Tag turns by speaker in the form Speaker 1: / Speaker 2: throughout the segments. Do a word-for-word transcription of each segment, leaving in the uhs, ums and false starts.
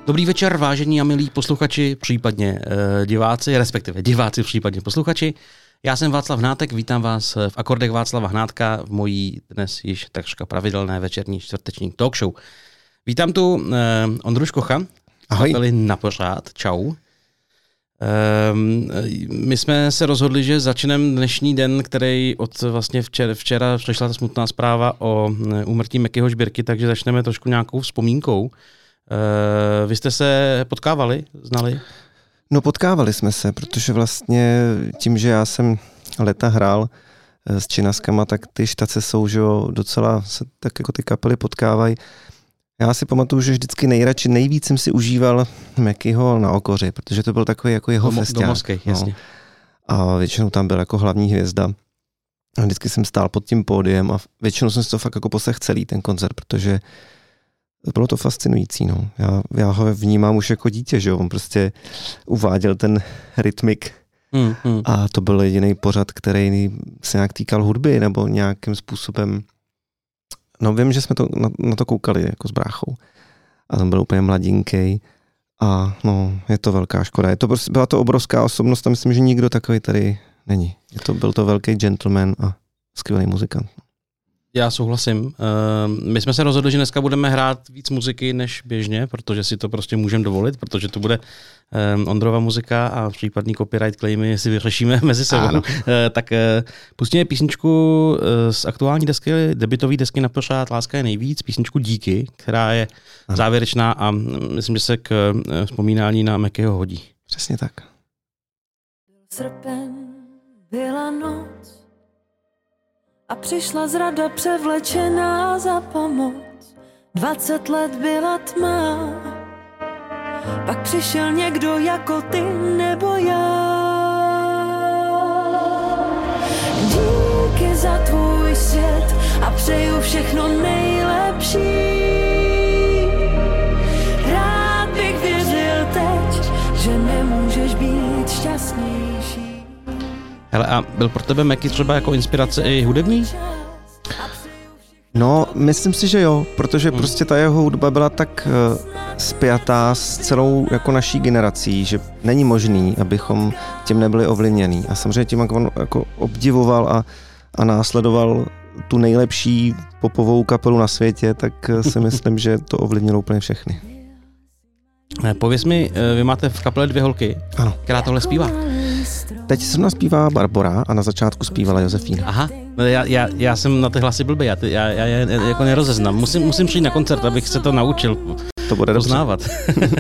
Speaker 1: Dobrý večer, vážení a milí posluchači, případně uh, diváci, respektive diváci, případně posluchači. Já jsem Václav Hnátek, vítám vás v Akordech Václava Hnátka v mojí dnes již takřka pravidelné večerní čtvrteční talk show. Vítám tu uh, Ondru Škocha, kapely Na pořád, čau. Um, my jsme se rozhodli, že začneme dnešní den, který od vlastně včera, včera přišla ta smutná zpráva o úmrtí Mekyho Žbírky, takže začneme trošku nějakou vzpomínkou. Uh, vy jste se potkávali, znali?
Speaker 2: No potkávali jsme se, protože vlastně tím, že já jsem leta hrál s činaskama, tak ty štace jsou, že docela se tak jako ty kapely potkávají. Já si pamatuju, že vždycky nejradši, nejvíc jsem si užíval Mekyho na Okoři, protože to byl takový jako jeho
Speaker 1: Domo,
Speaker 2: festiák.
Speaker 1: Domovský, jasně.
Speaker 2: No. A většinou tam byl jako hlavní hvězda. A vždycky jsem stál pod tím pódiem a většinou jsem si to fakt jako poslech celý ten koncert, protože bylo to fascinující. No. Já, já ho vnímám už jako dítě, že jo? On prostě uváděl ten rytmik hmm, hmm. a to byl jediný pořad, který se nějak týkal hudby nebo nějakým způsobem. No vím, že jsme to, na, na to koukali jako s bráchou a tam byl úplně mladinkej a no, je to velká škoda. Je to prostě, byla to obrovská osobnost a myslím, že nikdo takový tady není. Je to, byl to velký gentleman a skvělý muzikant.
Speaker 1: Já souhlasím. Uh, my jsme se rozhodli, že dneska budeme hrát víc muziky než běžně, protože si to prostě můžeme dovolit, protože to bude um, Ondrova muzika a případný copyright claimy si vyřešíme mezi sebou. Uh, tak uh, pustíme písničku uh, z aktuální desky, debutové desky Na pořád Láska je nejvíc, písničku Díky, která je ano. závěrečná a myslím, že se k uh, vzpomínání na Mekyho hodí.
Speaker 2: Přesně tak.
Speaker 3: Srpen, byla noc a přišla zrada převlečená za pomoc. Dvacet let byla tma, pak přišel někdo jako ty nebo já. Díky za tvůj svět a přeju všechno nejlepší. Rád bych věřil teď, že nemůžeš být šťastnější.
Speaker 1: Hele, a byl pro tebe Meky třeba jako inspirace i hudební?
Speaker 2: No, myslím si, že jo, protože hmm. prostě ta jeho hudba byla tak uh, spjatá s celou jako naší generací, že není možný, abychom tím nebyli ovlivněný. A samozřejmě tím, jak on jako obdivoval a, a následoval tu nejlepší popovou kapelu na světě, tak si myslím, že to ovlivnilo úplně všechny.
Speaker 1: Pověz mi, vy máte v kapele dvě holky,
Speaker 2: ano.
Speaker 1: Která tohle zpívá?
Speaker 2: Teď se nás zpívá Barbora a na začátku zpívala Josefína.
Speaker 1: Aha, já, já, já jsem na ty hlasy blbý, já, já, já je jako nerozeznám. Musím, musím přijít na koncert, abych se to naučil
Speaker 2: to bude
Speaker 1: poznávat. uh,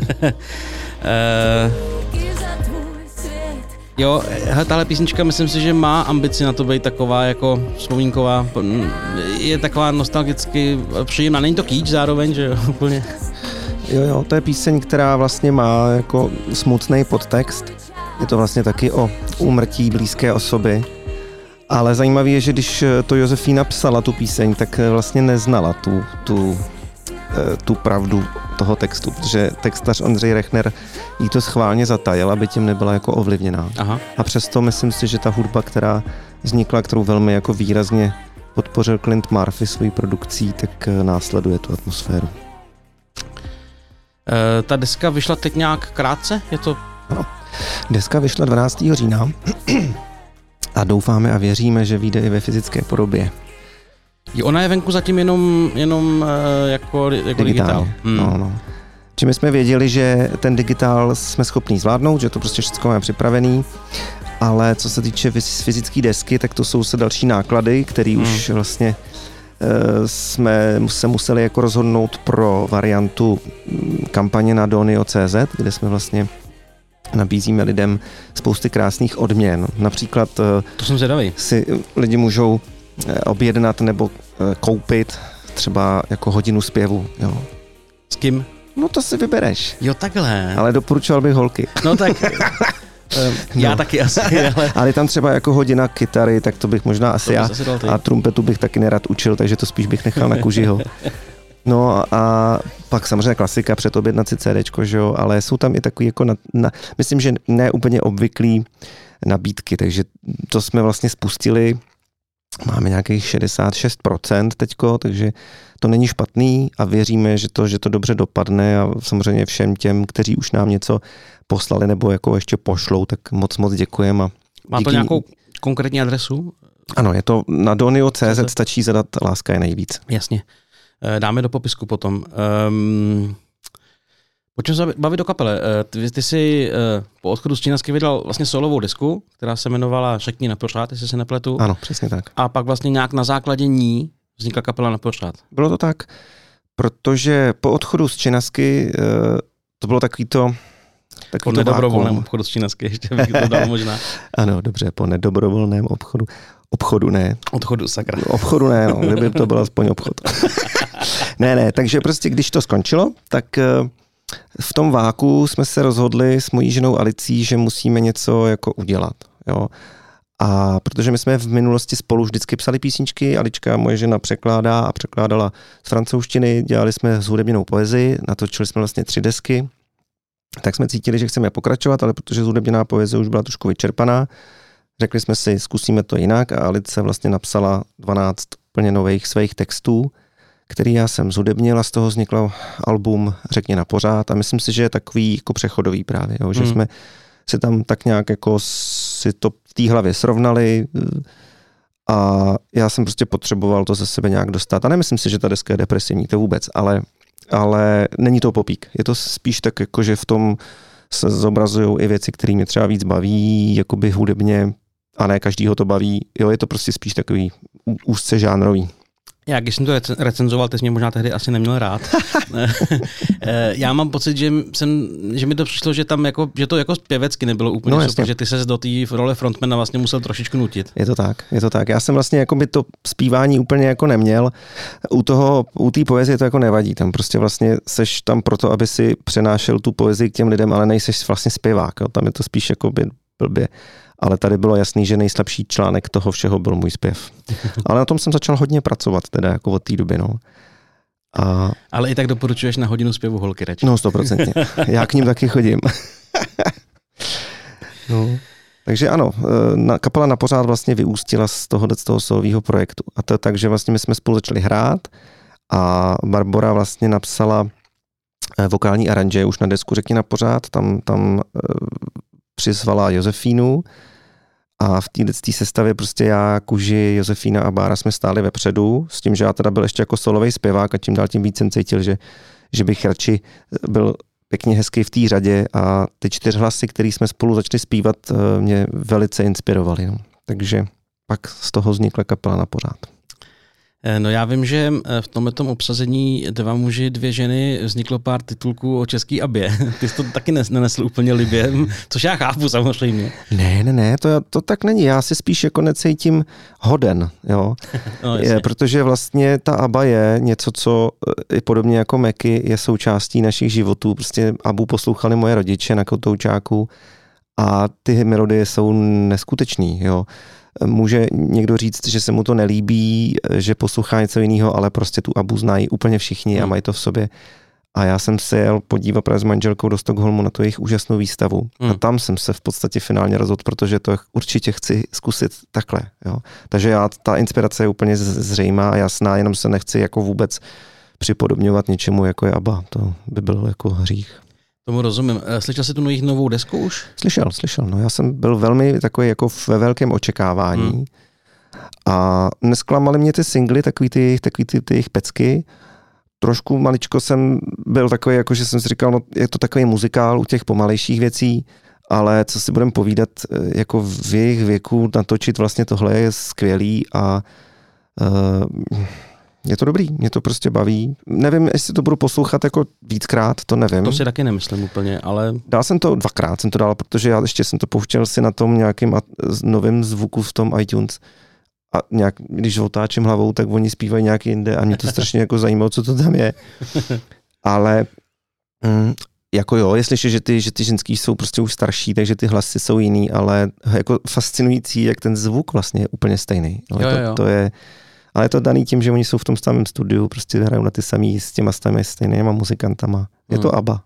Speaker 1: jo, tahle písnička, myslím si, že má ambici na to být taková jako vzpomínková, je taková nostalgicky příjemná, není to kýč zároveň, že jo, úplně.
Speaker 2: Jo, jo, to je píseň, která vlastně má jako smutný podtext. Je to vlastně taky o úmrtí blízké osoby. Ale zajímavé je, že když to Josefína psala tu píseň, tak vlastně neznala tu, tu, tu pravdu toho textu, protože textař Ondřej Rechner jí to schválně zatajil, aby tím nebyla jako ovlivněná. Aha. A přesto myslím si, že ta hudba, která vznikla, kterou velmi jako výrazně podpořil Clint Murphy svojí produkcí, tak následuje tu atmosféru.
Speaker 1: E, ta deska vyšla teď nějak krátce? Je to...
Speaker 2: Ano. Deska vyšla dvanáctého října a doufáme a věříme, že vyjde i ve fyzické podobě.
Speaker 1: Jo, ona je venku zatím jenom, jenom uh, jako, jako digitál.
Speaker 2: Hmm. No, no. Či my jsme věděli, že ten digitál jsme schopní zvládnout, že to prostě všechno máme připravený, ale co se týče fyzické desky, tak to jsou se další náklady, které hmm. už vlastně uh, jsme se museli jako rozhodnout pro variantu kampaně na donio tečka cé zet, kde jsme vlastně nabízíme lidem spousty krásných odměn. Například
Speaker 1: to jsem zvědavý.
Speaker 2: Si lidi můžou objednat nebo koupit třeba jako hodinu zpěvu. Jo.
Speaker 1: S kým?
Speaker 2: No to si vybereš.
Speaker 1: Jo, takhle.
Speaker 2: Ale doporučoval bych holky.
Speaker 1: No tak já no. taky asi. Ale...
Speaker 2: ale tam třeba jako hodina kytary, tak to bych možná asi já. A trumpetu bych taky nerad učil, takže to spíš bych nechal na Kužiho. No a pak samozřejmě klasika, předobjednat si CDčko, že jo, ale jsou tam i takový jako, na, na, myslím, že ne úplně obvyklý nabídky, takže to jsme vlastně spustili máme nějakých šedesát šest procent teďko, takže to není špatný a věříme, že to, že to dobře dopadne a samozřejmě všem těm, kteří už nám něco poslali nebo jako ještě pošlou, tak moc moc děkujeme.
Speaker 1: Má to
Speaker 2: díky...
Speaker 1: nějakou konkrétní adresu?
Speaker 2: Ano, je to na donio tečka cé zet, stačí zadat Láska je nejvíc.
Speaker 1: Jasně. Dáme do popisku potom. Um, pojďme se bavit o kapele. Ty, ty jsi uh, po odchodu z Čínasky vydal vlastně solovou disku, která se jmenovala Řekni na pořád, jestli se nepletu.
Speaker 2: Ano, přesně tak.
Speaker 1: A pak vlastně nějak na základě ní vznikla kapela Na pořád.
Speaker 2: Bylo to tak, protože po odchodu z Čínasky uh, to bylo takový to
Speaker 1: Po nedobrovolném obchodu z Čínasky, ještě bych to dal možná.
Speaker 2: Ano, dobře, po nedobrovolném obchodu. Obchodu ne.
Speaker 1: Odchodu, sakra.
Speaker 2: Obchodu ne, no, kdyby to byl aspoň obchod. ne, ne, takže prostě když to skončilo, tak v tom váku jsme se rozhodli s mojí ženou Alicí, že musíme něco jako udělat. Jo. A protože my jsme v minulosti spolu vždycky psali písničky, Alička, moje žena, překládá a překládala z francouzštiny, dělali jsme zhudebněnou poezii, natočili jsme vlastně tři desky, tak jsme cítili, že chceme pokračovat, ale protože zhudebněná poezie už byla trošku vyčerpaná, řekli jsme si, zkusíme to jinak a Alice vlastně napsala dvanáct plně nových svých textů, který já jsem zhudebnil a z toho vznikl album Řekni na pořád a myslím si, že je takový jako přechodový právě, jo, že hmm. jsme si tam tak nějak jako si to v té hlavě srovnali a já jsem prostě potřeboval to ze sebe nějak dostat a nemyslím si, že ta deska je depresivní, to vůbec, ale, ale není to popík, je to spíš tak jako, že v tom se zobrazují i věci, které mě třeba víc baví, jakoby hudebně, a ne každýho to baví. Jo, je to prostě spíš takový úzce žánrový.
Speaker 1: Já, když jsem to recenzoval, ty jsi mě možná tehdy asi neměl rád. Já mám pocit, že, jsem, že mi to přišlo, že tam jako, že to jako zpěvecky nebylo úplně no, super, že ty ses do té role frontmana vlastně musel trošičku nutit.
Speaker 2: Je to tak, je to tak. Já jsem vlastně jako by to zpívání úplně jako neměl. U toho, u té poezie to jako nevadí. Tam prostě vlastně seš tam proto, aby si přenášel tu poezii k těm lidem, ale nejseš vlastně zpěvák. Jo. Tam je to spíš jako by blbě. Ale tady bylo jasný, že nejslabší článek toho všeho byl můj zpěv. Ale na tom jsem začal hodně pracovat, teda jako od té doby, no. A...
Speaker 1: Ale i tak doporučuješ na hodinu zpěvu holky radši.
Speaker 2: No, stoprocentně. Já k ním taky chodím. no. Takže ano, na, kapela Na pořád vlastně vyústila z toho, z toho solového projektu. A to tak, že vlastně my jsme spolu začali hrát a Barbora vlastně napsala vokální aranže už na desku Řekni na pořád, tam, tam přizvala Josefínu a v této sestavě prostě já, Kuži, Josefína a Bára jsme stáli vepředu, s tím, že já teda byl ještě jako solovej zpěvák a tím dál tím víc jsem cítil, že, že bych radši byl pěkně hezký v té řadě a ty čtyř hlasy, které jsme spolu začali zpívat, mě velice inspirovaly. No. Takže pak z toho vznikla kapela Na pořád.
Speaker 1: No já vím, že v tomhletom obsazení Dva muži, dvě ženy vzniklo pár titulků o český Abě. Ty jsi to taky nenesl úplně libě, což já chápu samozřejmě.
Speaker 2: Ne, ne, ne, to, to tak není. Já si spíš jako necítím hoden, jo. No, je, protože vlastně ta Aba je něco, co i podobně jako Meky je součástí našich životů. Prostě Abu poslouchali moje rodiče na Kotoučáku a ty melodie jsou neskutečný, jo. Může někdo říct, že se mu to nelíbí, že poslouchá něco jiného, ale prostě tu Abu znají úplně všichni a mají to v sobě. A já jsem se jel podívat právě s manželkou do Stockholmu na tu jejich úžasnou výstavu. Hmm. A tam jsem se v podstatě finálně rozhodl, protože to určitě chci zkusit takhle. Jo. Takže já, ta inspirace je úplně zřejmá a jasná, jenom se nechci jako vůbec připodobňovat něčemu, jako je Abba. To by byl jako hřích.
Speaker 1: Tomu rozumím. Slyšel jsi tu jejich novou desku už?
Speaker 2: Slyšel, slyšel. No, já jsem byl velmi takový jako ve velkém očekávání. Hmm. A nesklamaly mě ty singly, takový ty, takový ty, ty jejich pecky. Trošku maličko jsem byl takový, jako že jsem si říkal, no, je to takový muzikál u těch pomalejších věcí, ale co si budeme povídat, jako v jejich věku natočit vlastně tohle je skvělý a uh, je to dobrý, mě to prostě baví. Nevím, jestli to budu poslouchat jako víckrát, to nevím.
Speaker 1: To si taky nemyslím úplně, ale...
Speaker 2: Dal jsem to dvakrát, jsem to dal, protože já ještě jsem to pouštěl si na tom nějakým novém zvuku v tom iTunes. A nějak, když otáčím hlavou, tak oni zpívají nějak jinde a mě to strašně jako zajímalo, co to tam je. Ale mm, jako jo, je slyšet, že ty, že ty ženský jsou prostě už starší, takže ty hlasy jsou jiný, ale jako fascinující, jak ten zvuk vlastně je úplně stejný. No,
Speaker 1: jo,
Speaker 2: to,
Speaker 1: jo.
Speaker 2: to je... Ale je to daný tím, že oni jsou v tom samém studiu, prostě hrajou na ty samý s těma stejnýma stejnýma muzikantama. Je to Abba.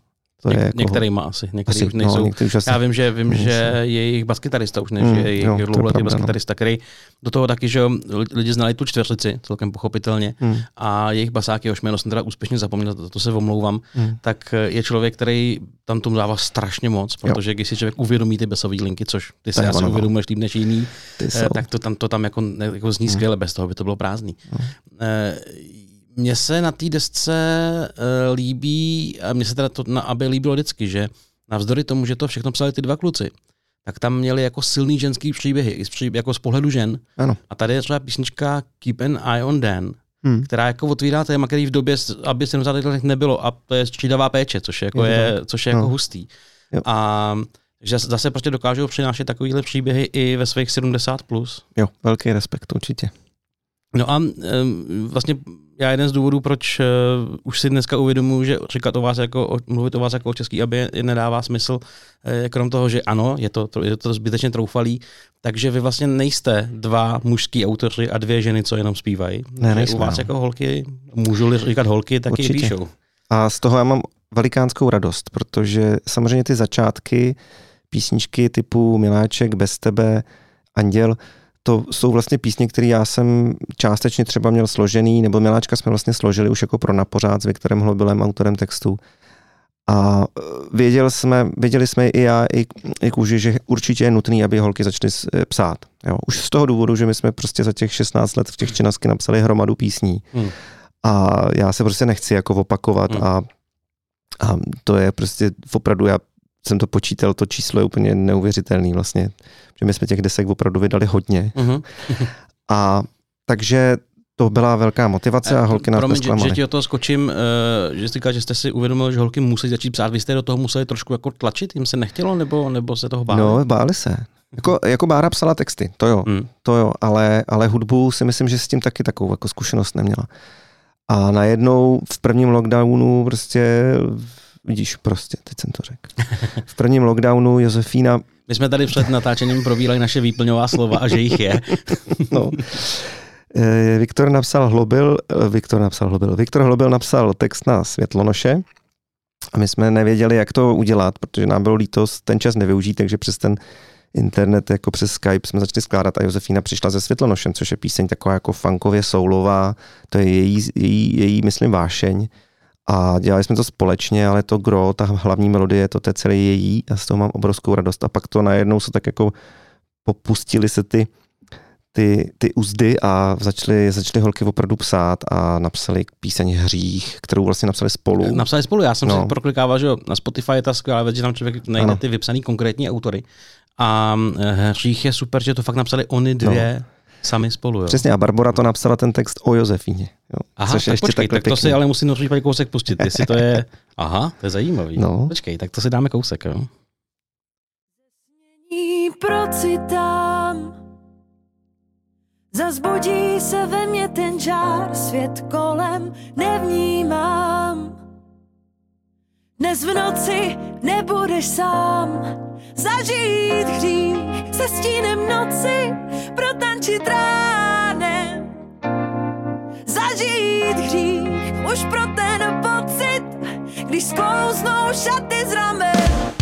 Speaker 2: To je
Speaker 1: Něk,
Speaker 2: jako...
Speaker 1: Některýma asi, některý
Speaker 2: asi,
Speaker 1: už nejsou.
Speaker 2: No, některý už asi...
Speaker 1: Já vím, že, vím,
Speaker 2: nejsou.
Speaker 1: že je jejich baskytarista už než
Speaker 2: Mm,
Speaker 1: je jejich
Speaker 2: jo, to je
Speaker 1: dlouholetý
Speaker 2: pravda,
Speaker 1: baskytarista, který do toho taky, že lidi znali tu čtveřlici, celkem pochopitelně,
Speaker 2: Mm.
Speaker 1: a jejich basák, jehož jméno jsem teda úspěšně zapomněl, to, to se omlouvám,
Speaker 2: Mm.
Speaker 1: tak je člověk, který tam tomu dává strašně moc, protože jo. když si člověk uvědomí ty basové linky, což ty si
Speaker 2: To je
Speaker 1: asi
Speaker 2: ono.
Speaker 1: uvědomuješ líp než jiný,
Speaker 2: Ty
Speaker 1: eh,
Speaker 2: jsou.
Speaker 1: tak to tam, to tam jako, jako zní
Speaker 2: Mm.
Speaker 1: skvěle, bez toho by to bylo prázdný.
Speaker 2: Mm.
Speaker 1: Eh, Mně se na té desce uh, líbí, a mně se teda to na aby líbilo vždycky, že navzdory tomu, že to všechno psali ty dva kluci, tak tam měli jako silný ženský příběhy, i z pří, jako z pohledu žen.
Speaker 2: Ano.
Speaker 1: A tady je třeba písnička Keep an Eye on Dan,
Speaker 2: Hmm.
Speaker 1: která jako otvírá téma, který v době, aby sedmdesátých letech nebylo, a to je střídavá péče, což je jako, je, což je
Speaker 2: no.
Speaker 1: jako hustý.
Speaker 2: Jo.
Speaker 1: A že zase prostě dokážou přinášet takovýhle příběhy i ve svých sedmdesát plus.
Speaker 2: Jo, velký respekt určitě.
Speaker 1: No a um, vlastně já jeden z důvodů, proč uh, už si dneska uvědomuji, že říkat o vás jako, o, mluvit o vás jako o český aby nedává smysl, uh, krom toho, že ano, je to, je to zbytečně troufalý, takže vy vlastně nejste dva mužský autoři a dvě ženy, co jenom zpívají.
Speaker 2: Ne, nejsme,
Speaker 1: u vás
Speaker 2: no.
Speaker 1: jako holky, můžu-li říkat holky, taky
Speaker 2: Určitě.
Speaker 1: píšou.
Speaker 2: A z toho já mám velikánskou radost, protože samozřejmě ty začátky, písničky typu Miláček, Bez tebe, Anděl, to jsou vlastně písně, které já jsem částečně třeba měl složený, nebo Miláčka jsme vlastně složili už jako pro napořád s Viktorem Hlobilem, autorem textu. A věděli jsme, věděli jsme i já, i, i kůži, že určitě je nutný, aby holky začaly psát. Jo. Už z toho důvodu, že my jsme prostě za těch šestnáct let v těch činasky napsali hromadu písní. Hmm. A já se prostě nechci jako opakovat hmm. a, a to je prostě opravdu, já jsem to počítal, to číslo je úplně neuvěřitelný vlastně, že my jsme těch desek opravdu vydali hodně. Uh-huh. A takže to byla velká motivace a holky nás
Speaker 1: Promiň,
Speaker 2: nesklamaly.
Speaker 1: že, že ti o toho skočím, uh, že jsi říkal, že jste si uvědomili, že holky musí začít psát, vy jste do toho museli trošku jako tlačit, jim se nechtělo, nebo, nebo se toho báli?
Speaker 2: No, báli se. Jako, jako Bára psala texty, to jo, hmm. to jo, ale, ale hudbu si myslím, že s tím taky takovou jako zkušenost neměla. A najednou v prvním lockdownu prostě, vidíš, prostě, teď jsem to řekl. V prvním lockdownu Josefína...
Speaker 1: My jsme tady před natáčením probírali naše výplňová slova a že jich je.
Speaker 2: No. Viktor napsal Hlobil, Viktor napsal Hlobil, Viktor Hlobil napsal text na Světlonoše a my jsme nevěděli, jak to udělat, protože nám bylo líto ten čas nevyužít, takže přes ten internet, jako přes Skype jsme začali skládat a Josefína přišla se Světlonošem, což je píseň taková jako funkově soulová, to je její, její, její myslím, vášeň. A dělali jsme to společně, ale to gro, ta hlavní melodie, to je celý její a z toho mám obrovskou radost. A pak to najednou se tak jako popustili se ty, ty, ty uzdy a začaly, začaly holky opravdu psát a napsali píseň Hřích, kterou vlastně napsali spolu.
Speaker 1: Napsali spolu, já jsem
Speaker 2: no.
Speaker 1: si proklikával, že na Spotify je ta skvělá věc, že tam člověk najde ano. ty vypsaný konkrétní autory. A Hřích je super, že to fakt napsali oni dvě no. sami spolu. Jo.
Speaker 2: Přesně, a Barbora to napsala ten text o Josefíně. Jo.
Speaker 1: Aha,
Speaker 2: což
Speaker 1: tak
Speaker 2: ještě
Speaker 1: počkej, tak to
Speaker 2: pěkný.
Speaker 1: si ale musím na případě kousek pustit, jestli to je, aha, to je zajímavý.
Speaker 2: No.
Speaker 1: Počkej, tak to si dáme kousek, jo.
Speaker 3: Procitám, zazbudí se ve mně ten žár, svět kolem nevnímám. Dnes v noci nebudeš sám, zažít hřích se stínem noci, protančit ránem. Zažít hřích už pro ten pocit, když sklouznou šaty z ramen.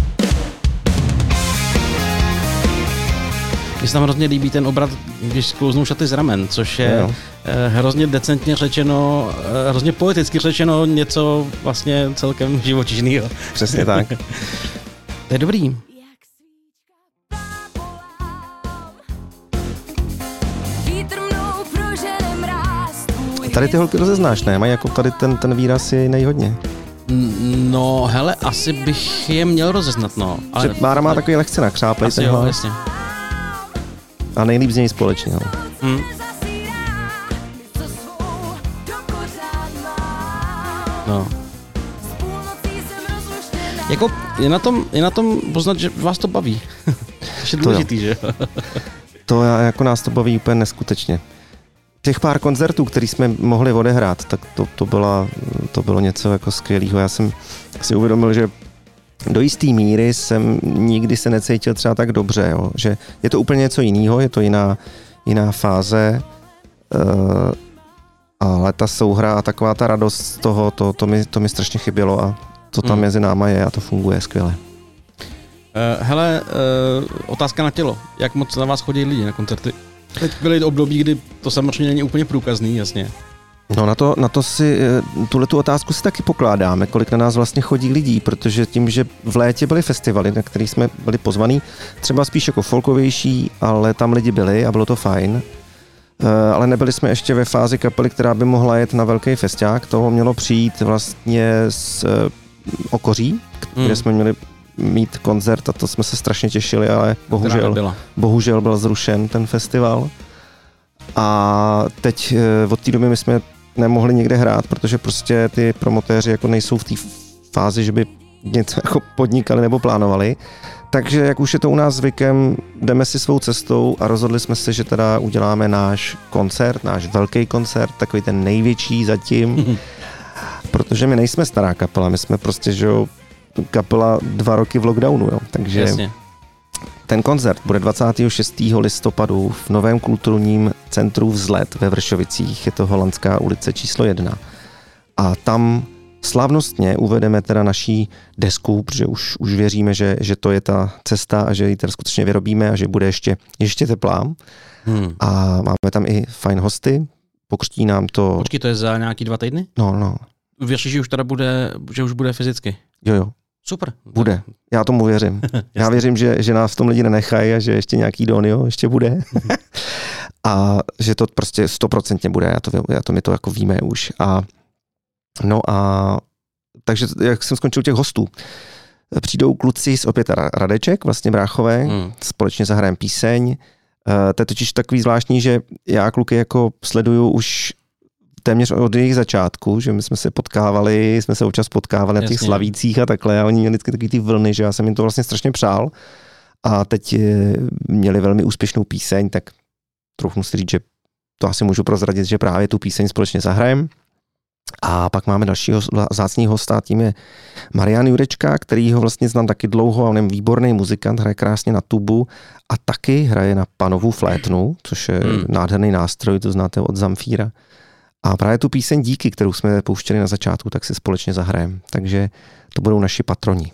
Speaker 1: Mně se tam hrozně líbí ten obrat, když sklouznou šaty z ramen, což je jo. hrozně decentně řečeno, hrozně poeticky řečeno něco vlastně celkem živočišnýho.
Speaker 2: Přesně tak.
Speaker 1: To je dobrý.
Speaker 2: Tady ty holky rozeznáš, ne? Mají jako tady ten, ten výraz je nejhodně.
Speaker 1: No, hele, asi bych je měl rozeznat, no.
Speaker 2: Ale že Bára má takový lehce nakřáplej ten hlas. Jasně. A nejlíp z něj společně, no. Hmm.
Speaker 1: No. Jako je na tom, je na tom poznat, že vás to baví. To je důležitý, že?
Speaker 2: To jako nás to baví úplně neskutečně. Těch pár koncertů, který jsme mohli odehrát, tak to, to, byla, to bylo něco jako skvělého. Já jsem si uvědomil, že do jistý míry jsem nikdy se necítil třeba tak dobře, jo? Že je to úplně něco jiného, je to jiná, jiná fáze, uh, ale ta souhra a taková ta radost z toho, to, to, mi, to mi strašně chybělo a to tam
Speaker 1: Hmm.
Speaker 2: mezi náma je a to funguje skvěle.
Speaker 1: Uh, hele, uh, otázka na tělo. Jak moc na vás chodí lidi na koncerty? Teď byly období, kdy to samozřejmě není úplně průkazný, jasně.
Speaker 2: No na to, na to si, tuhletu otázku si taky pokládáme, kolik na nás vlastně chodí lidí, protože tím, že v létě byly festivaly, na kterých jsme byli pozvaní, třeba spíš jako folkovější, ale tam lidi byli a bylo to fajn. Ale nebyli jsme ještě ve fázi kapely, která by mohla jet na velký festiák. Toho mělo přijít vlastně z Okoří, kde hmm. jsme měli mít koncert a to jsme se strašně těšili, ale bohužel, bohužel byl zrušen ten festival. A teď od té doby my jsme nemohli někde hrát, protože prostě ty promotéři jako nejsou v té fázi, že by něco jako podnikali nebo plánovali. Takže jak už je to u nás zvykem, jdeme si svou cestou a rozhodli jsme se, že teda uděláme náš koncert, náš velký koncert, takový ten největší zatím, protože my nejsme stará kapela, my jsme prostě, že jo, kapela dva roky v lockdownu, jo, takže
Speaker 1: Jasně.
Speaker 2: Ten koncert bude dvacátého šestého listopadu v Novém kulturním centru Vzlet ve Vršovicích, je to Holandská ulice číslo jedna. A tam slavnostně uvedeme teda naší desku, protože už, už věříme, že, že to je ta cesta a že ji teda skutečně vyrobíme a že bude ještě, ještě teplá. Hmm. A máme tam i fajn hosty, pokřtí nám to...
Speaker 1: Počkej, to je za nějaký dva týdny?
Speaker 2: No, no.
Speaker 1: Věříš, že už teda bude, že už bude fyzicky?
Speaker 2: Jo, jo.
Speaker 1: Super.
Speaker 2: Bude. Já tomu věřím. Já věřím, že, že nás v tom lidi nenechají a že ještě nějaký Donio ještě bude. A že to prostě stoprocentně bude. Já to, já to my to jako víme už. A no a takže jak jsem skončil těch hostů, přijdou kluci z opět Radeček, vlastně bráchové, hmm. společně zahrajeme píseň. To je totiž takový zvláštní, že já kluky jako sleduju už téměř od jejich začátku, že my jsme se potkávali, jsme se občas potkávali na těch
Speaker 1: Jasně.
Speaker 2: slavících a takhle a oni měli vždycky takový ty vlny, že já jsem jim to vlastně strašně přál a teď měli velmi úspěšnou píseň, tak trochu si říct, že to asi můžu prozradit, že právě tu píseň společně zahrajem. A pak máme dalšího vzácného hosta, tím je Marian Jurečka, který ho vlastně znám taky dlouho, on je výborný muzikant, hraje krásně na tubu a taky hraje na panovou flétnu, což je hmm. nádherný nástroj, to znáte od Zamfíra. A právě tu píseň Díky, kterou jsme pouštěli na začátku, tak si společně zahrajeme. Takže to budou naši patroni.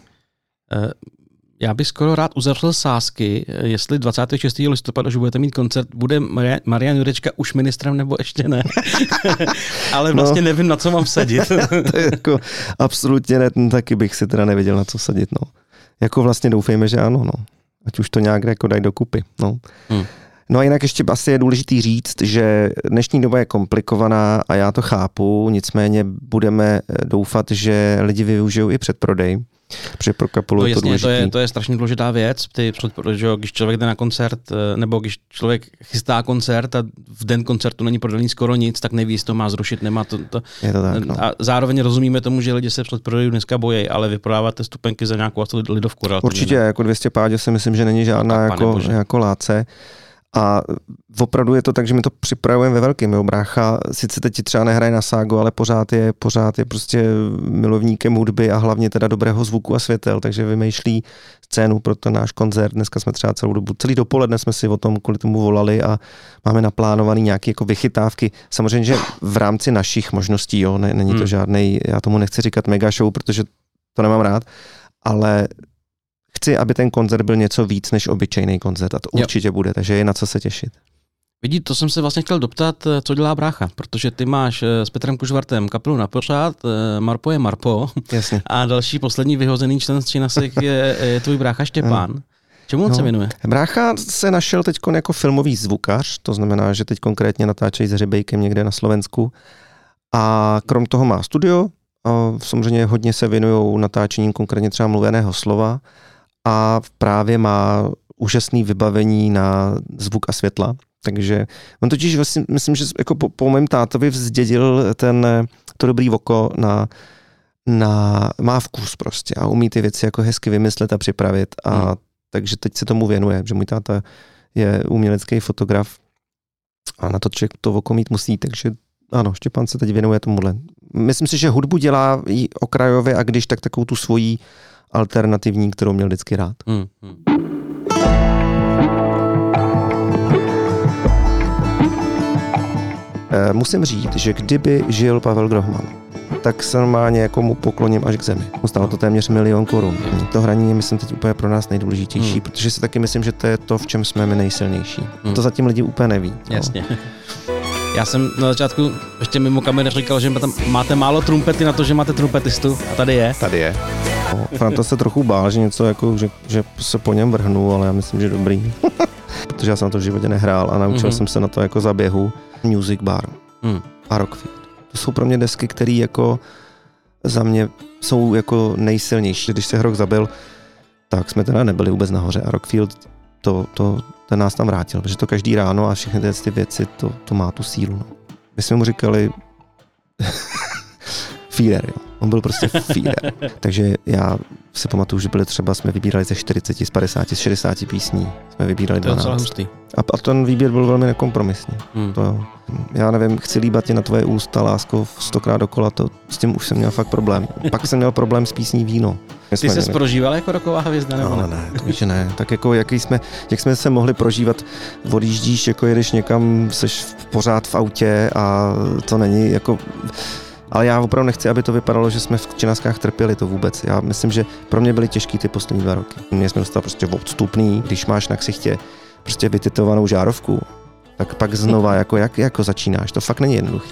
Speaker 1: Já bych skoro rád uzavřel sázky, jestli dvacátého šestého listopadu, že budete mít koncert, bude Marian Jurečka už ministrem nebo ještě ne. Ale vlastně no, nevím, na co mám vsadit.
Speaker 2: To je jako absolutně ne, taky bych si teda nevěděl, na co vsadit. No. Jako vlastně doufejme, že ano. No. Ať už to nějak jako dají dokupy. No. Hmm. No a jinak ještě asi je důležitý říct, že dnešní doba je komplikovaná a já to chápu, nicméně budeme doufat, že lidi využijou i předprodej, protože pro kapelu
Speaker 1: no,
Speaker 2: je to
Speaker 1: jasně,
Speaker 2: důležitý.
Speaker 1: To je, to je strašně důležitá věc, ty, že když člověk jde na koncert, nebo když člověk chystá koncert a v den koncertu není prodaný skoro nic, tak neví, jestli to má zrušit, nemá to. to.
Speaker 2: Je to tak, no.
Speaker 1: A zároveň rozumíme tomu, že lidi se předprodejí dneska bojí, ale vyprodáváte stupenky za nějakou lidovku.
Speaker 2: Určitě, ne? Jako dvě stě pádě si myslím, že není žádná jako, jako láce. A opravdu je to tak, že my to připravujeme ve velkém. Jo. Brácha sice teď třeba nehraje na ságo, ale pořád je, pořád je prostě milovníkem hudby a hlavně teda dobrého zvuku a světel, takže vymýšlí scénu pro ten náš koncert. Dneska jsme třeba celou dobu, celý dopoledne jsme si o tom kvůli tomu volali a máme naplánovaný nějaké jako vychytávky. Samozřejmě, že v rámci našich možností, jo, ne, není to hmm. žádnej, já tomu nechci říkat mega show, protože to nemám rád, ale chci, aby ten koncert byl něco víc než obyčejný koncert a to jo. určitě bude, takže je na co se těšit.
Speaker 1: Vidíte, to jsem se vlastně chtěl doptat, co dělá brácha, protože ty máš s Petrem Kužvartem kapelu Na pořád, Marpo je Marpo.
Speaker 2: Jasně.
Speaker 1: A další poslední vyhozený člen z Činasek je, je tvůj brácha Štěpán. Hmm. Čemu on no, se jmenuje?
Speaker 2: Brácha se našel teď jako filmový zvukař, to znamená, že teď konkrétně natáčejí s Hřebejkem někde na Slovensku a krom toho má studio, a samozřejmě hodně se věnují natáčením konkrétně třeba mluveného slova a právě má úžasné vybavení na zvuk a světla. Takže on totiž vlastně, myslím, že jako po, po mém tátovi vzdědil ten, to dobrý oko na, na, má vkus prostě a umí ty věci jako hezky vymyslet a připravit. A hmm. takže teď se tomu věnuje, že můj táta je umělecký fotograf a na to člověk to oko mít musí, takže ano, Štěpán se teď věnuje tomuhle. Myslím si, že hudbu dělá i okrajově a když tak takovou tu svoji alternativní, kterou měl vždycky rád. Hmm. Hmm. Musím říct, že kdyby žil Pavel Grohman, tak se normálně jako mu pokloním až k zemi. Stálo to téměř milion korun. To hraní je, myslím, teď úplně pro nás nejdůležitější, hmm. protože si taky myslím, že to je to, v čem jsme my nejsilnější. Hmm. To zatím lidi úplně neví.
Speaker 1: Jasně. No. Já jsem na začátku ještě mimo kamery říkal, že tam máte málo trumpety na to, že máte trumpetistu a tady je.
Speaker 2: Tady je. No, Franta se trochu bál, že něco jako, že, že se po něm vrhnu, ale já myslím, že dobrý. Protože já jsem na to v životě nehrál a naučil mm-hmm. jsem se na to jako za běhu. Music Bar mm. a Rockfield. To jsou pro mě desky, které jako za mě jsou jako nejsilnější. Když se Hrok zabil, tak jsme teda nebyli vůbec nahoře a Rockfield to, to, ten nás tam vrátil, protože to každý ráno a všechny ty, ty věci, to, to má tu sílu. No. My jsme mu říkali feeder, jo. On byl prostě feeder. Takže já si pamatuju, že byli třeba, jsme vybírali ze čtyřicet, z padesáti, z šedesáti písní. Jsme vybírali dvanáct. A, a ten výběr byl velmi nekompromisní. Hmm. To, já nevím, chci líbat tě na tvoje ústa, lásko, stokrát dokola, to, s tím už jsem měl fakt problém. Pak jsem měl problém s písní Víno.
Speaker 1: Ty jsi se prožíval jako roková hvězda?
Speaker 2: Nebo no, ne, to víš, že ne. Tak jako, jaký jsme, jak jsme se mohli prožívat, odjíždíš, jako jedeš někam, seš pořád v autě a to není jako... Ale já opravdu nechci, aby to vypadalo, že jsme v Činaskách trpěli to vůbec. Já myslím, že pro mě byly těžký ty poslední dva roky. Mě jsme dostali prostě odstupný, když máš na ksichtě prostě vytitovanou žárovku, tak pak znova, jako, jak, jako začínáš. To fakt není jednoduchý.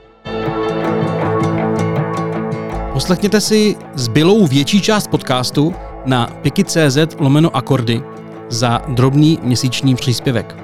Speaker 1: Poslechněte si zbylou větší část podcastu na piky tečka cé zet lomeno akordy za drobný měsíční příspěvek.